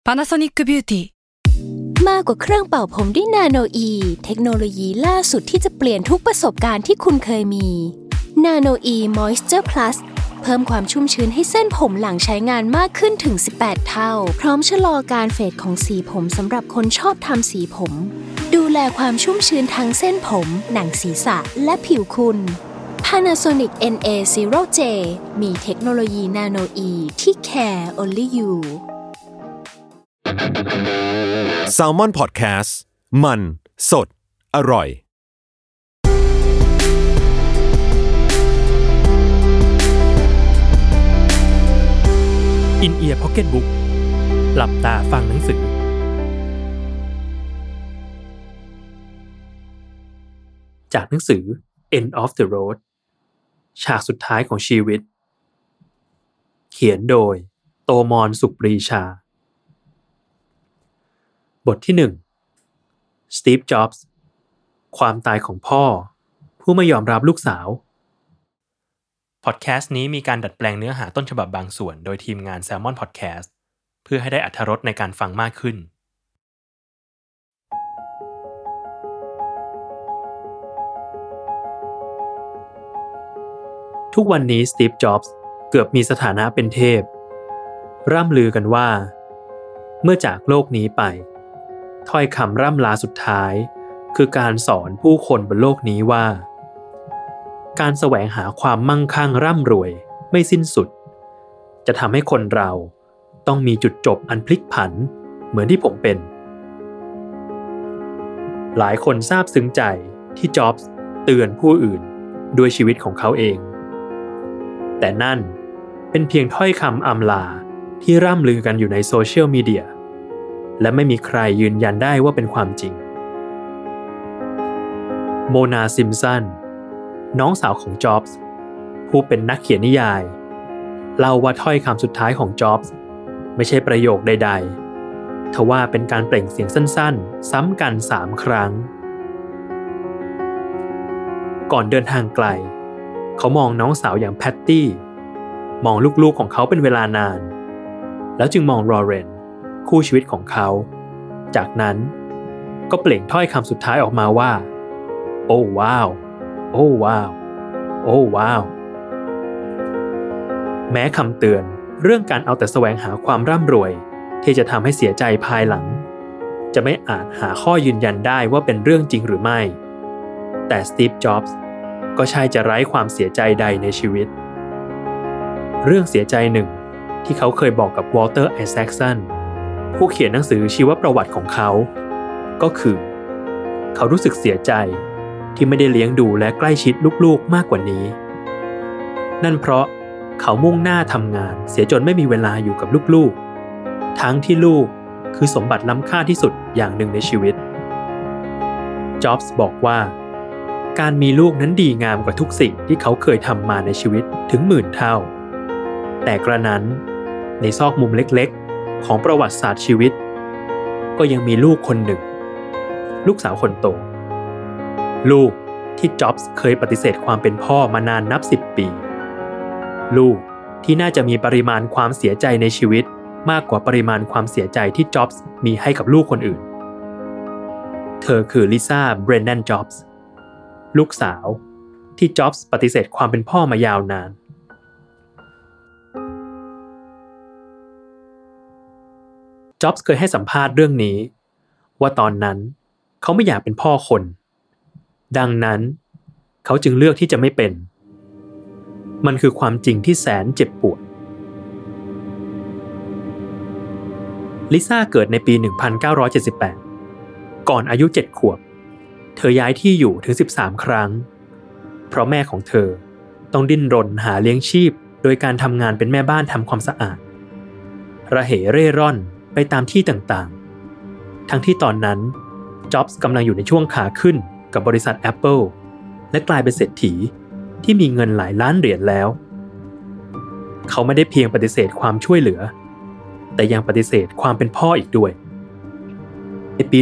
Panasonic Beauty มากกว่าเครื่องเป่าผมด้วยนาโนอีเทคโนโลยีล่าสุดที่จะเปลี่ยนทุกประสบการณ์ที่คุณเคยมีนาโนอีมอยส์เจอร์พลัสเพิ่มความชุ่มชื้นให้เส้นผมหลังใช้งานมากขึ้นถึง18เท่าพร้อมชะลอการเฟดของสีผมสำหรับคนชอบทำสีผมดูแลความชุ่มชื้นทั้งเส้นผมหนังศีรษะและผิวคุณ Panasonic NA0J มีเทคโนโลยีนาโนอีที่ care only you Salmon Podcast มันสดอร่อย In-Ear Pocketbook หลับตาฟังหนังสือจากหนังสือ End of the Road ฉากสุดท้ายของชีวิตเขียนโดยโตมร สุปรีชาบทที่ 1 สตีฟ จ็อบส์ความตายของพ่อผู้ไม่ยอมรับลูกสาวพอดแคสต์นี้มีการดัดแปลงเนื้อหาต้นฉบับบางส่วนโดยทีมงาน Salmon Podcast เพื่อให้ได้อรรถรสในการฟังมากขึ้นทุกวันนี้สตีฟ จ็อบส์เกือบมีสถานะเป็นเทพร่ำลือกันว่าเมื่อจากโลกนี้ไปถ้อยคำร่ำลาสุดท้ายคือการสอนผู้คนบนโลกนี้ว่าการแสวงหาความมั่งคั่งร่ำรวยไม่สิ้นสุดจะทำให้คนเราต้องมีจุดจบอันพลิกผันเหมือนที่ผมเป็นหลายคนซาบซึ้งใจที่จ็อบส์เตือนผู้อื่นด้วยชีวิตของเขาเองแต่นั่นเป็นเพียงถ้อยคำอำลาที่ร่ำลือกันอยู่ในโซเชียลมีเดียและไม่มีใครยืนยันได้ว่าเป็นความจริงโมนา ซิมสันน้องสาวของจ็อบส์ผู้เป็นนักเขียนนิยายเล่าว่าถ้อยคำสุดท้ายของจ็อบส์ไม่ใช่ประโยคใดๆทว่าเป็นการเปล่งเสียงสั้นๆซ้ำกัน3 ครั้งก่อนเดินทางไกลเขามองน้องสาวอย่างแพตตี้มองลูกๆของเขาเป็นเวลานานแล้วจึงมองลอเรนคู่ชีวิตของเขาจากนั้นก็เปล่งถ้อยคำสุดท้ายออกมาว่าโอ้ว้าวโอ้ว้าวโอ้ว้าวแม้คำเตือนเรื่องการเอาแต่แสวงหาความร่ำรวยที่จะทำให้เสียใจภายหลังจะไม่อาจหาข้อยืนยันได้ว่าเป็นเรื่องจริงหรือไม่แต่สตีฟ จ็อบส์ก็ใช่จะไร้ความเสียใจใดในชีวิตเรื่องเสียใจหนึ่งที่เขาเคยบอกกับวอลเตอร์ ไอแซคสันผู้เขียนหนังสือชีวประวัติของเขาก็คือเขารู้สึกเสียใจที่ไม่ได้เลี้ยงดูและใกล้ชิดลูกๆมากกว่านี้นั่นเพราะเขามุ่งหน้าทำงานเสียจนไม่มีเวลาอยู่กับลูกๆทั้งที่ลูกคือสมบัติล้ำค่าที่สุดอย่างหนึ่งในชีวิตจ็อบส์บอกว่าการมีลูกนั้นดีงามกว่าทุกสิ่งที่เขาเคยทำมาในชีวิตถึง10,000 เท่าแต่กระนั้นในซอกมุมเล็กๆของประวัติศาสตร์ชีวิตก็ยังมีลูกคนหนึ่งลูกสาวคนโตลูกที่จ็อบส์เคยปฏิเสธความเป็นพ่อมานานนับ10 ปีลูกที่น่าจะมีปริมาณความเสียใจในชีวิตมากกว่าปริมาณความเสียใจที่จ็อบส์มีให้กับลูกคนอื่นเธอคือลิซ่า เบรนแดน จ็อบส์ลูกสาวที่จ็อบส์ปฏิเสธความเป็นพ่อมายาวนานจ็อบส์เคยให้สัมภาษณ์เรื่องนี้ว่าตอนนั้นเขาไม่อยากเป็นพ่อคนดังนั้นเขาจึงเลือกที่จะไม่เป็นมันคือความจริงที่แสนเจ็บปวดลิซ่าเกิดในปี 1978 ก่อนอายุ 7 ขวบเธอย้ายที่อยู่ถึง13 ครั้งเพราะแม่ของเธอต้องดิ้นรนหาเลี้ยงชีพโดยการทำงานเป็นแม่บ้านทำความสะอาดระเหเร่ร่อนไปตามที่ต่างๆทั้งที่ตอนนั้นจ็อบส์กำลังอยู่ในช่วงขาขึ้นกับบริษัท Apple และกลายเป็นเศรษฐีที่มีเงินหลายล้านเหรียญแล้วเขาไม่ได้เพียงปฏิเสธความช่วยเหลือแต่ยังปฏิเสธความเป็นพ่ออีกด้วยในปี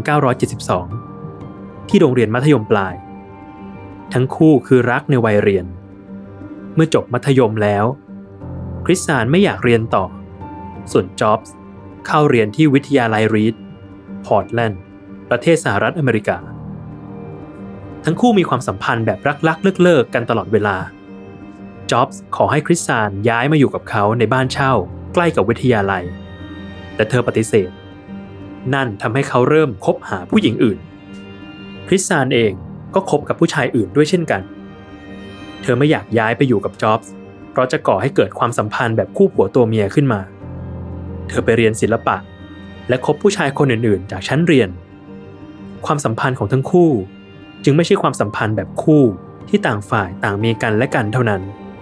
1972 ที่โรงเรียนมัธยมปลายทั้งคู่คือรักในวัยเรียนเมื่อจบมัธยมแล้วคริสซานไม่อยากเรียนต่อส่วนจ็อบส์เข้าเรียนที่วิทยาลัยรีดพอร์ตแลนด์ประเทศสหรัฐอเมริกาทั้งคู่มีความสัมพันธ์แบบรักๆเลิกๆกันตลอดเวลาจ็อบส์ขอให้คริสซานย้ายมาอยู่กับเขาในบ้านเช่าใกล้กับวิทยาลัยแต่เธอปฏิเสธนั่นทำให้เขาเริ่มคบหาผู้หญิงอื่นคริสซานเองก็คบกับผู้ชายอื่นด้วยเช่นกันเธอไม่อยากย้ายไปอยู่กับจ็อบส์เพราะจะก่อให้เกิดความสัมพันธ์แบบคู่ผัวตัวเมียขึ้นมาเธอไปเรียนศิลปะและคบผู้ชายคนอื่นๆจากชั้นเรียนความสัมพันธ์ของทั้งคู่จึงไม่ใช่ความสัมพันธ์แบบคู่ที่ต่างฝ่ายต่างมีกันและกันเท่านั้น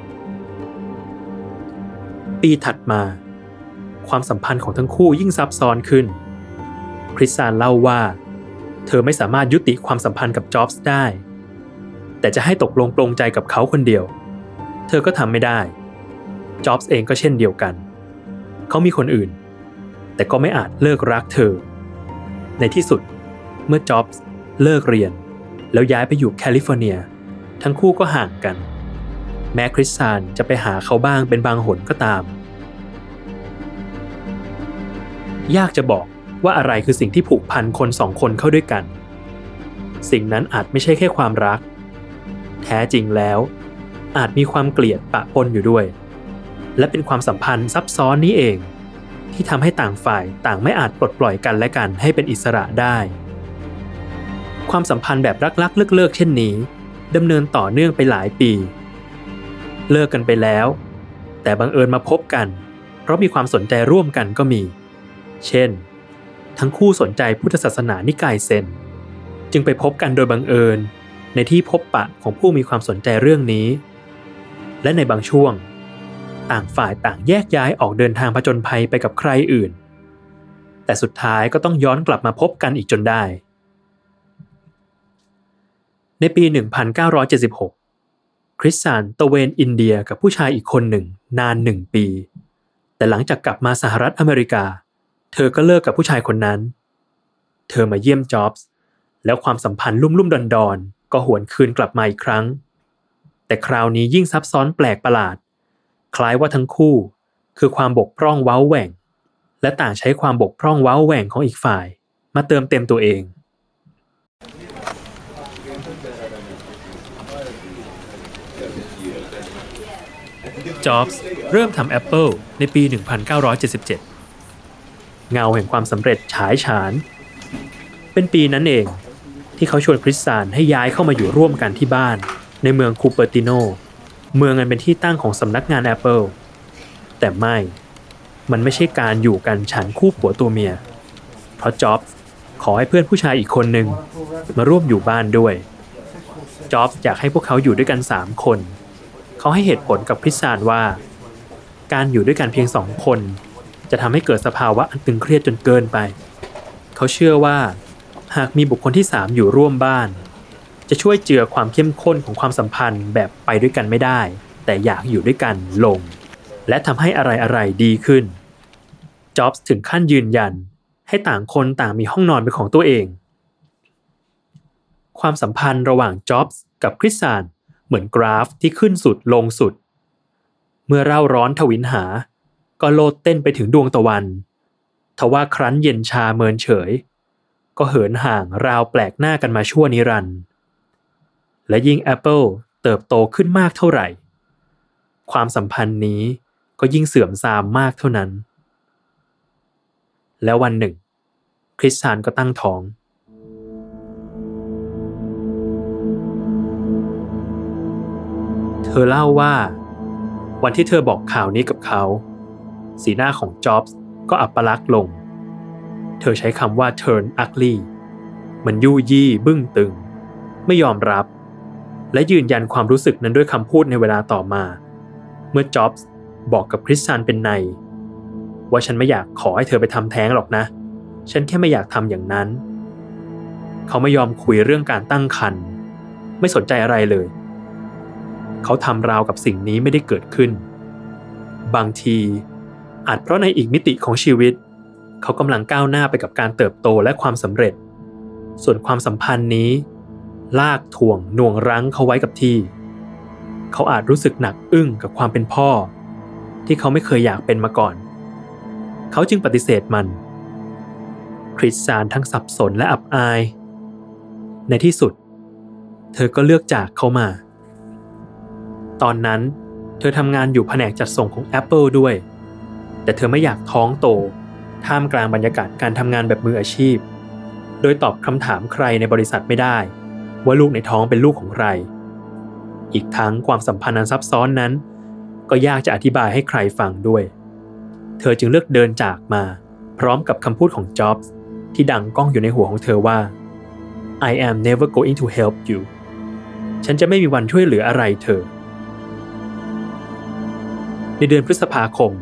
ปีถัดมาความสัมพันธ์ของทั้งคู่ยิ่งซับซ้อนขึ้นคริสซานเล่าว่าเธอไม่สามารถยุติความสัมพันธ์กับจ็อบส์ได้แต่จะให้ตกลงปลงใจกับเขาคนเดียวเธอก็ทำไม่ได้จ็อบส์เองก็เช่นเดียวกันเขามีคนอื่นแต่ก็ไม่อาจเลิกรักเธอในที่สุดเมื่อจ็อบส์เลิกเรียนแล้วย้ายไปอยู่แคลิฟอร์เนียทั้งคู่ก็ห่างกันแม้คริสซานจะไปหาเขาบ้างเป็นบางหนก็ตามยากจะบอกว่าอะไรคือสิ่งที่ผูกพันคนสองคนเข้าด้วยกันสิ่งนั้นอาจไม่ใช่แค่ความรักแท้จริงแล้วอาจมีความเกลียดปะปนอยู่ด้วยและเป็นความสัมพันธ์ซับซ้อนนี้เองที่ทำให้ต่างฝ่ายต่างไม่อาจปลดปล่อยกันและกันให้เป็นอิสระได้ความสัมพันธ์แบบรักๆเลิกๆเช่นนี้ดำเนินต่อเนื่องไปหลายปีเลิกกันไปแล้วแต่บังเอิญมาพบกันเพราะมีความสนใจร่วมกันก็มีเช่นทั้งคู่สนใจพุทธศาสนานิกายเซนจึงไปพบกันโดยบังเอิญในที่พบปะของผู้มีความสนใจเรื่องนี้และในบางช่วงต่างฝ่ายต่างแยกย้ายออกเดินทางผจญภัยไปกับใครอื่นแต่สุดท้ายก็ต้องย้อนกลับมาพบกันอีกจนได้ในปี 1976 คริสซานตระเวนอินเดียกับผู้ชายอีกคนหนึ่งนาน1 ปีแต่หลังจากกลับมาสหรัฐอเมริกาเธอก็เลิกกับผู้ชายคนนั้นเธอมาเยี่ยมจ็อบส์แล้วความสัมพันธ์ลุ่มๆดอนๆก็หวนคืนกลับมาอีกครั้งแต่คราวนี้ยิ่งซับซ้อนแปลกประหลาดคล้ายว่าทั้งคู่คือความบกพร่องเว้าแหว่งและต่างใช้ความบกพร่องเว้าแหว่งของอีกฝ่ายมาเติมเต็มตัวเองจ็อบส์เริ่มทำ Apple ในปี 1977 เงาแห่งความสำเร็จฉายฉานเป็นปีนั้นเองที่เขาชวนคริสซานให้ย้ายเข้ามาอยู่ร่วมกันที่บ้านในเมืองคูเปอร์ติโนเมืองอันเป็นที่ตั้งของสำนักงาน Apple แต่มันไม่ใช่การอยู่กันฉันคู่ผัวตัวเมียเพราะจ็อบส์ขอให้เพื่อนผู้ชายอีกคนหนึ่งมาร่วมอยู่บ้านด้วยจ็อบส์อยากให้พวกเขาอยู่ด้วยกัน3 คนเขาให้เหตุผลกับคริสซานว่าการอยู่ด้วยกันเพียง2 คนจะทำให้เกิดสภาวะอันตึงเครียดจนเกินไปเขาเชื่อว่าหากมีบุคคลที่3อยู่ร่วมบ้านจะช่วยเจือความเข้มข้นของความสัมพันธ์แบบไปด้วยกันไม่ได้แต่อยากอยู่ด้วยกันลงและทำให้อะไรๆดีขึ้นจ็อบส์ถึงขั้นยืนยันให้ต่างคนต่างมีห้องนอนเป็นของตัวเองความสัมพันธ์ระหว่างจ็อบส์กับคริสซานเหมือนกราฟที่ขึ้นสุดลงสุดเมื่อเร่าร้อนทวินหาก็โลดเต้นไปถึงดวงตะวันทว่าครั้นเย็นชาเมินเฉยก็เหินห่างราวแปลกหน้ากันมาชั่วนิรันดร์และยิ่ง Apple เติบโตขึ้นมากเท่าไหร่ความสัมพันธ์นี้ก็ยิ่งเสื่อมทรามมากเท่านั้นแล้ววันหนึ่งคริสซานก็ตั้งท้องเธอเล่าว่าวันที่เธอบอกข่าวนี้กับเขาสีหน้าของจ็อบส์ก็อัปลักษณ์ลงเธอใช้คำว่า turn ugly มันยู่ยี่บึ้งตึงไม่ยอมรับและยืนยันความรู้สึกนั้นด้วยคำพูดในเวลาต่อมาเมื่อจ็อบส์บอกกับคริสซานเป็นในว่าฉันไม่อยากขอให้เธอไปทำแท้งหรอกนะฉันแค่ไม่อยากทำอย่างนั้นเขาไม่ยอมคุยเรื่องการตั้งครรภ์ไม่สนใจอะไรเลยเขาทำราวกับสิ่งนี้ไม่ได้เกิดขึ้นบางทีอาจเพราะในอีกมิติของชีวิตเขากำลังก้าวหน้าไปกับการเติบโตและความสำเร็จส่วนความสัมพันธ์นี้ลากถ่วงหน่วงรั้งเขาไว้กับที่เขาอาจรู้สึกหนักอึ้งกับความเป็นพ่อที่เขาไม่เคยอยากเป็นมาก่อนเขาจึงปฏิเสธมันคริสซานทั้งสับสนและอับอายในที่สุดเธอก็เลือกจากเขามาตอนนั้นเธอทำงานอยู่แผนกจัดส่งของ Apple ด้วยแต่เธอไม่อยากท้องโตท่ามกลางบรรยากาศการทำงานแบบมืออาชีพโดยตอบคำถามใครในบริษัทไม่ได้ว่าลูกในท้องเป็นลูกของใครอีกทั้งความสัมพันธ์อันซับซ้อนนั้นก็ยากจะอธิบายให้ใครฟังด้วยเธอจึงเลือกเดินจากมาพร้อมกับคำพูดของจ็อบส์ที่ดังก้องอยู่ในหัวของเธอว่า I am never going to help you ฉันจะไม่มีวันช่วยเหลืออะไรเธอในเดือนพฤษภาคม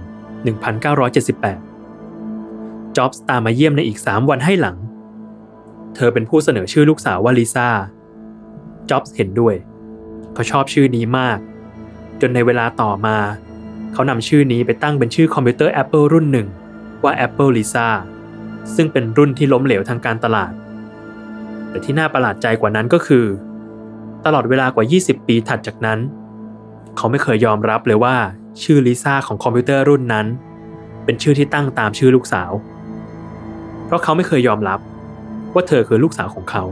1978 จ็อบส์ตามมาเยี่ยมในอีก3 วันให้หลังเธอเป็นผู้เสนอชื่อลูกสาวว่าลิซ่าจ็อบส์เห็นด้วยเขาชอบชื่อนี้มากจนในเวลาต่อมาเขานำชื่อนี้ไปตั้งเป็นชื่อคอมพิวเตอร์ Apple รุ่นหนึ่งว่า Apple Lisa ซึ่งเป็นรุ่นที่ล้มเหลวทางการตลาดแต่ที่น่าประหลาดใจกว่านั้นก็คือตลอดเวลากว่า20 ปีถัดจากนั้นเขาไม่เคยยอมรับเลยว่าชื่อลิซ่าของคอมพิวเตอร์รุ่นนั้นเป็นชื่อที่ตั้งตามชื่อลูกสาวเพราะเขาไม่เคยยอมรับว่าเธอคือลูกสาวของเขา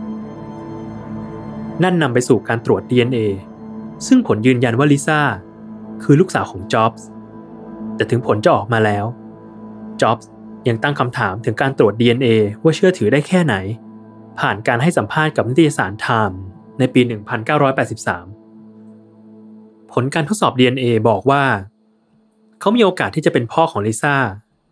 นั่นนำไปสู่การตรวจ DNA ซึ่งผลยืนยันว่าลิซ่าคือลูกสาวของจ็อบส์แต่ถึงผลจะออกมาแล้วจ็อบส์ยังตั้งคำถามถึงการตรวจ DNA ว่าเชื่อถือได้แค่ไหนผ่านการให้สัมภาษณ์กับนิตยสาร Time ในปี 1983 ผลการทดสอบ DNA บอกว่าเขามีโอกาสที่จะเป็นพ่อของลิซ่า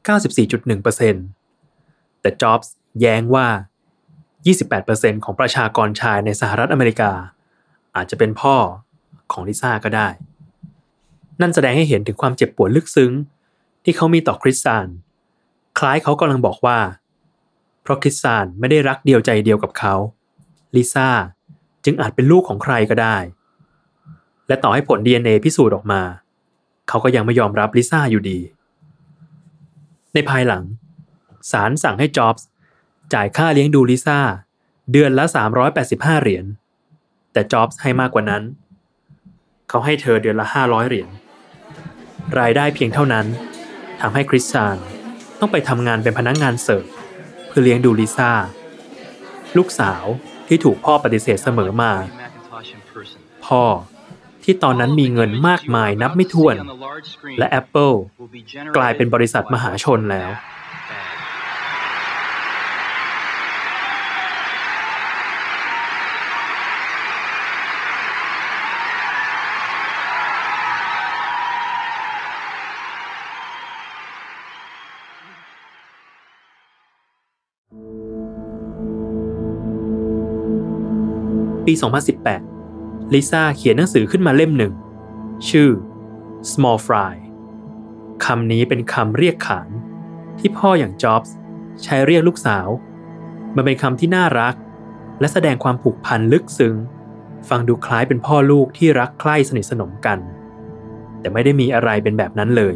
94.1% แต่จ็อบส์แย้งว่า 28% ของประชากรชายในสหรัฐอเมริกาอาจจะเป็นพ่อของลิซ่าก็ได้นั่นแสดงให้เห็นถึงความเจ็บปวดลึกซึ้งที่เขามีต่อคริสซานคล้ายเขากำลังบอกว่าเพราะคริสซานไม่ได้รักเดียวใจเดียวกับเขาลิซ่าจึงอาจเป็นลูกของใครก็ได้และต่อให้ผล DNA พิสูจน์ออกมาเขาก็ยังไม่ยอมรับลิซ่าอยู่ดีในภายหลังศาลสั่งให้จ็อบส์จ่ายค่าเลี้ยงดูลิซ่าเดือนละ$385แต่จ็อบส์ให้มากกว่านั้นเขาให้เธอเดือนละ$500รายได้เพียงเท่านั้นทำให้คริสซานต้องไปทำงานเป็นพนักงานเสิร์ฟเพื่อเลี้ยงดูลิซ่าลูกสาวที่ถูกพ่อปฏิเสธเสมอมาพ่อที่ตอนนั้นมีเงินมากมายนับไม่ถ้วนและ Apple กลายเป็นบริษัทมหาชนแล้วปี 2018 ลิซ่าเขียนหนังสือขึ้นมาเล่มหนึ่งชื่อ Small Fry คำนี้เป็นคำเรียกขานที่พ่ออย่างจ็อบส์ใช้เรียกลูกสาวมันเป็นคำที่น่ารักและแสดงความผูกพันลึกซึ้งฟังดูคล้ายเป็นพ่อลูกที่รักใคร่สนิทสนมกันแต่ไม่ได้มีอะไรเป็นแบบนั้นเลย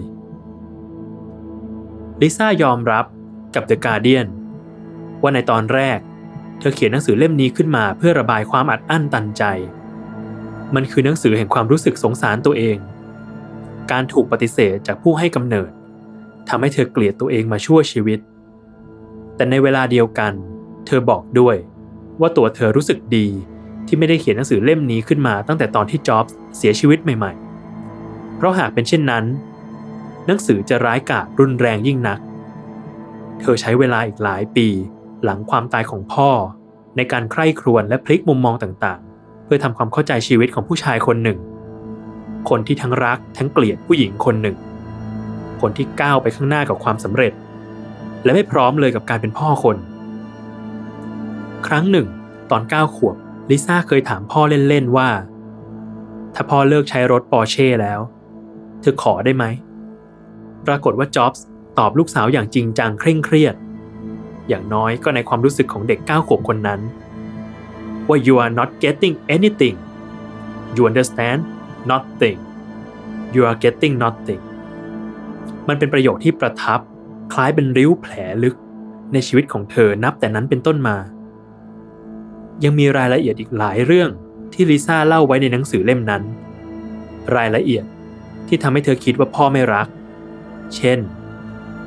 ลิซ่ายอมรับกับ The Guardian ว่าในตอนแรกเธอเขียนหนังสือเล่มนี้ขึ้นมาเพื่อระบายความอัดอั้นตันใจมันคือหนังสือแห่งความรู้สึกสงสารตัวเองการถูกปฏิเสธจากผู้ให้กำเนิดทำให้เธอเกลียดตัวเองมาชั่วชีวิตแต่ในเวลาเดียวกันเธอบอกด้วยว่าตัวเธอรู้สึกดีที่ไม่ได้เขียนหนังสือเล่มนี้ขึ้นมาตั้งแต่ตอนที่จ็อบส์เสียชีวิตใหม่ๆเพราะหากเป็นเช่นนั้นหนังสือจะร้ายกาจรุนแรงยิ่งนักเธอใช้เวลาอีกหลายปีหลังความตายของพ่อในการใคร่ครวญและพลิกมุมมองต่างๆเพื่อทำความเข้าใจชีวิตของผู้ชายคนหนึ่งคนที่ทั้งรักทั้งเกลียดผู้หญิงคนหนึ่งคนที่ก้าวไปข้างหน้ากับความสำเร็จและไม่พร้อมเลยกับการเป็นพ่อคนครั้งหนึ่งตอน9 ขวบลิซ่าเคยถามพ่อเล่นๆว่าถ้าพ่อเลิกใช้รถปอร์เช่แล้วเธอขอได้ไหมปรากฏว่าจ็อบส์ตอบลูกสาวอย่างจริงจังเคร่งเครียดอย่างน้อยก็ในความรู้สึกของเด็ก9 ขวบคนนั้นว่า you are not getting anything you understand nothing you are getting nothing มันเป็นประโยคที่ประทับคล้ายเป็นริ้วแผลลึกในชีวิตของเธอนับแต่นั้นเป็นต้นมายังมีรายละเอียดอีกหลายเรื่องที่ลิซ่าเล่าไว้ในหนังสือเล่มนั้นรายละเอียดที่ทำให้เธอคิดว่าพ่อไม่รักเช่น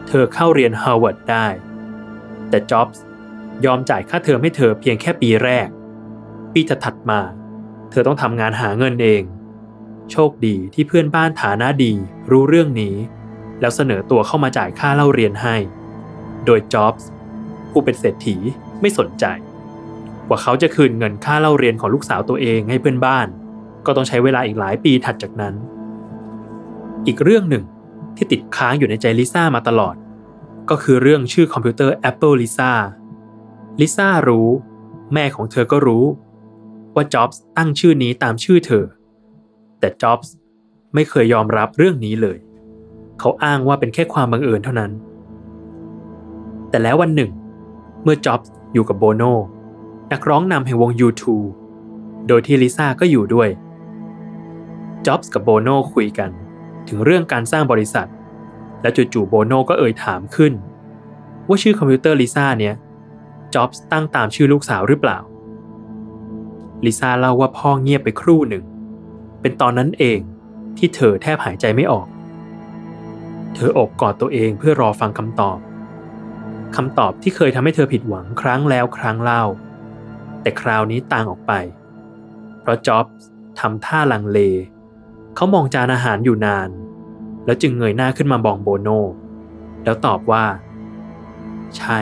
เธอเข้าเรียนฮาร์วาร์ดได้แต่จ็อบส์ยอมจ่ายค่าเทอมให้เธอเพียงแค่ปีแรกปีถัดมาเธอต้องทำงานหาเงินเองโชคดีที่เพื่อนบ้านฐานะดีรู้เรื่องนี้แล้วเสนอตัวเข้ามาจ่ายค่าเล่าเรียนให้โดยจ็อบส์ผู้เป็นเศรษฐีไม่สนใจกว่าเขาจะคืนเงินค่าเล่าเรียนของลูกสาวตัวเองให้เพื่อนบ้านก็ต้องใช้เวลาอีกหลายปีถัดจากนั้นอีกเรื่องหนึ่งที่ติดค้างอยู่ในใจลิซ่ามาตลอดก็คือเรื่องชื่อคอมพิวเตอร์ Apple ลิซ่ารู้แม่ของเธอก็รู้ว่าจ็อบส์ตั้งชื่อนี้ตามชื่อเธอแต่จ็อบส์ไม่เคยยอมรับเรื่องนี้เลยเขาอ้างว่าเป็นแค่ความบังเอิญเท่านั้นแต่แล้ววันหนึ่งเมื่อจ็อบส์อยู่กับโบโนนักร้องนำแห่งวง U2 โดยที่ลิซ่าก็อยู่ด้วยจ็อบส์กับโบโนคุยกันถึงเรื่องการสร้างบริษัทและจู่ๆโบโนก็เอ่ยถามขึ้นว่าชื่อคอมพิวเตอร์ลิซ่าเนี่ยจ็อบส์ตั้งตามชื่อลูกสาวหรือเปล่าลิซ่าเล่าว่าพ่อเงียบไปครู่หนึ่งเป็นตอนนั้นเองที่เธอแทบหายใจไม่ออกเธอโอบกอดตัวเองเพื่อรอฟังคำตอบที่เคยทำให้เธอผิดหวังครั้งแล้วครั้งเล่าแต่คราวนี้ต่างออกไปเพราะจ็อบส์ทำท่าลังเลเขามองจานอาหารอยู่นานแล้วจึงเงยหน้าขึ้นมาบอกโบโนแล้วตอบว่าใช่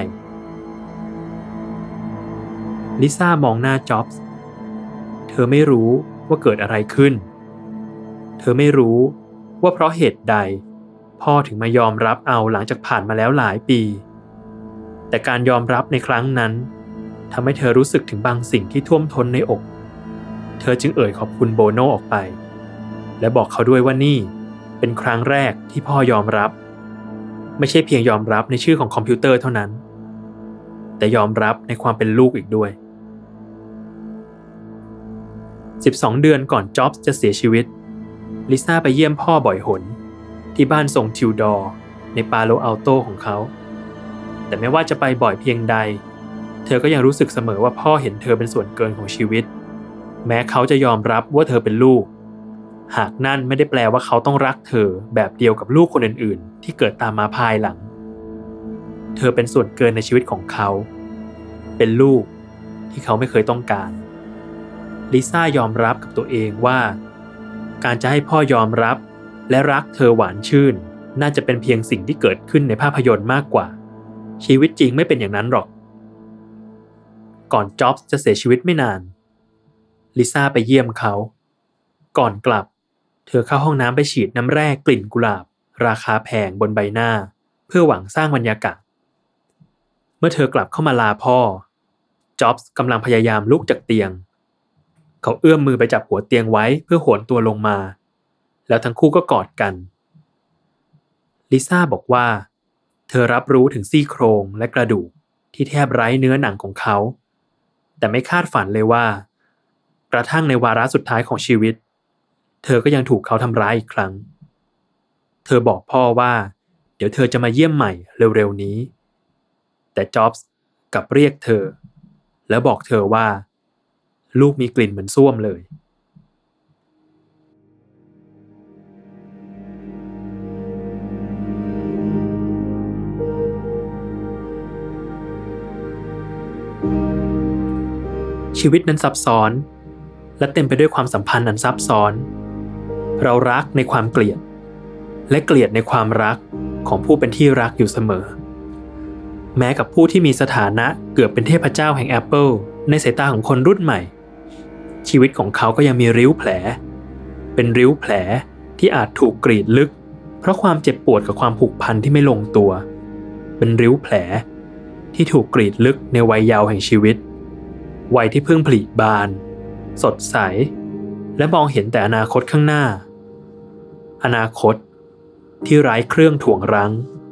ลิซ่ามองหน้าจ็อบส์เธอไม่รู้ว่าเกิดอะไรขึ้นเธอไม่รู้ว่าเพราะเหตุใดพ่อถึงมายอมรับเอาหลังจากผ่านมาแล้วหลายปีแต่การยอมรับในครั้งนั้นทำให้เธอรู้สึกถึงบางสิ่งที่ท่วมท้นในอกเธอจึงเอ่ยขอบคุณโบโนออกไปและบอกเขาด้วยว่านี่เป็นครั้งแรกที่พ่อยอมรับไม่ใช่เพียงยอมรับในชื่อของคอมพิวเตอร์เท่านั้นแต่ยอมรับในความเป็นลูกอีกด้วย12 เดือนก่อนจ็อบส์จะเสียชีวิตลิซ่าไปเยี่ยมพ่อบ่อยหนที่บ้านทรงทิวดอร์ในปาโลอัลโตของเขาแต่ไม่ว่าจะไปบ่อยเพียงใดเธอก็ยังรู้สึกเสมอว่าพ่อเห็นเธอเป็นส่วนเกินของชีวิตแม้เขาจะยอมรับว่าเธอเป็นลูกหากนั่นไม่ได้แปลว่าเขาต้องรักเธอแบบเดียวกับลูกคนอื่นๆที่เกิดตามมาภายหลังเธอเป็นส่วนเกินในชีวิตของเขาเป็นลูกที่เขาไม่เคยต้องการลิซ่ายอมรับกับตัวเองว่าการจะให้พ่อยอมรับและรักเธอหวานชื่นน่าจะเป็นเพียงสิ่งที่เกิดขึ้นในภาพยนตร์มากกว่าชีวิตจริงไม่เป็นอย่างนั้นหรอกก่อนจ็อบส์จะเสียชีวิตไม่นานลิซ่าไปเยี่ยมเขาก่อนกลับเธอเข้าห้องน้ำไปฉีดน้ำแร่กลิ่นกุหลาบราคาแพงบนใบหน้าเพื่อหวังสร้างบรรยากาศเมื่อเธอกลับเข้ามาลาพ่อจ็อบส์กำลังพยายามลุกจากเตียงเขาเอื้อมมือไปจับหัวเตียงไว้เพื่อโหนตัวลงมาแล้วทั้งคู่ก็กอดกันลิซ่าบอกว่าเธอรับรู้ถึงซี่โครงและกระดูกที่แทบไร้เนื้อหนังของเขาแต่ไม่คาดฝันเลยว่ากระทั่งในวาระสุดท้ายของชีวิตเธอก็ยังถูกเขาทำร้ายอีกครั้งเธอบอกพ่อว่าเดี๋ยวเธอจะมาเยี่ยมใหม่เร็วๆนี้แต่จ็อบส์กลับเรียกเธอแล้วบอกเธอว่าลูกมีกลิ่นเหมือนส้วมเลยชีวิตนั้นซับซ้อนและเต็มไปด้วยความสัมพันธ์อันซับซ้อนเรารักในความเกลียดและเกลียดในความรักของผู้เป็นที่รักอยู่เสมอแม้กับผู้ที่มีสถานะเกือบเป็นเทพเจ้าแห่ง Apple ในสายตาของคนรุ่นใหม่ชีวิตของเขาก็ยังมีริ้วแผลเป็นริ้วแผลที่อาจถูกกรีดลึกเพราะความเจ็บปวดกับความผูกพันที่ไม่ลงตัวเป็นริ้วแผลที่ถูกกรีดลึกในวัยเยาว์แห่งชีวิตวัยที่เพิ่งผลิบานสดใสและมองเห็นแต่อนาคตข้างหน้าอนาคตที่ไร้เครื่องถ่วงรั้ง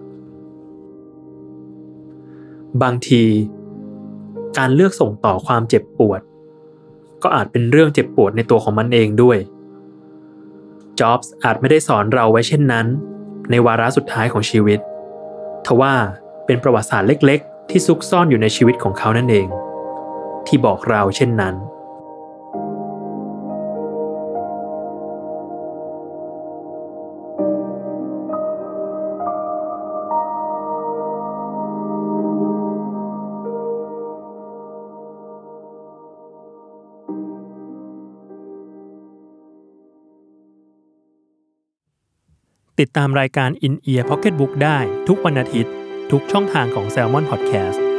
บางทีการเลือกส่งต่อความเจ็บปวดก็อาจเป็นเรื่องเจ็บปวดในตัวของมันเองด้วยจ็อบส์อาจไม่ได้สอนเราไว้เช่นนั้นในวาระสุดท้ายของชีวิตทว่าเป็นประวัติศาสตร์เล็กๆที่ซุกซ่อนอยู่ในชีวิตของเขานั่นเองที่บอกเราเช่นนั้นติดตามรายการ In Ear Pocketbook ได้ทุกวันอาทิตย์ทุกช่องทางของ Salmon Podcast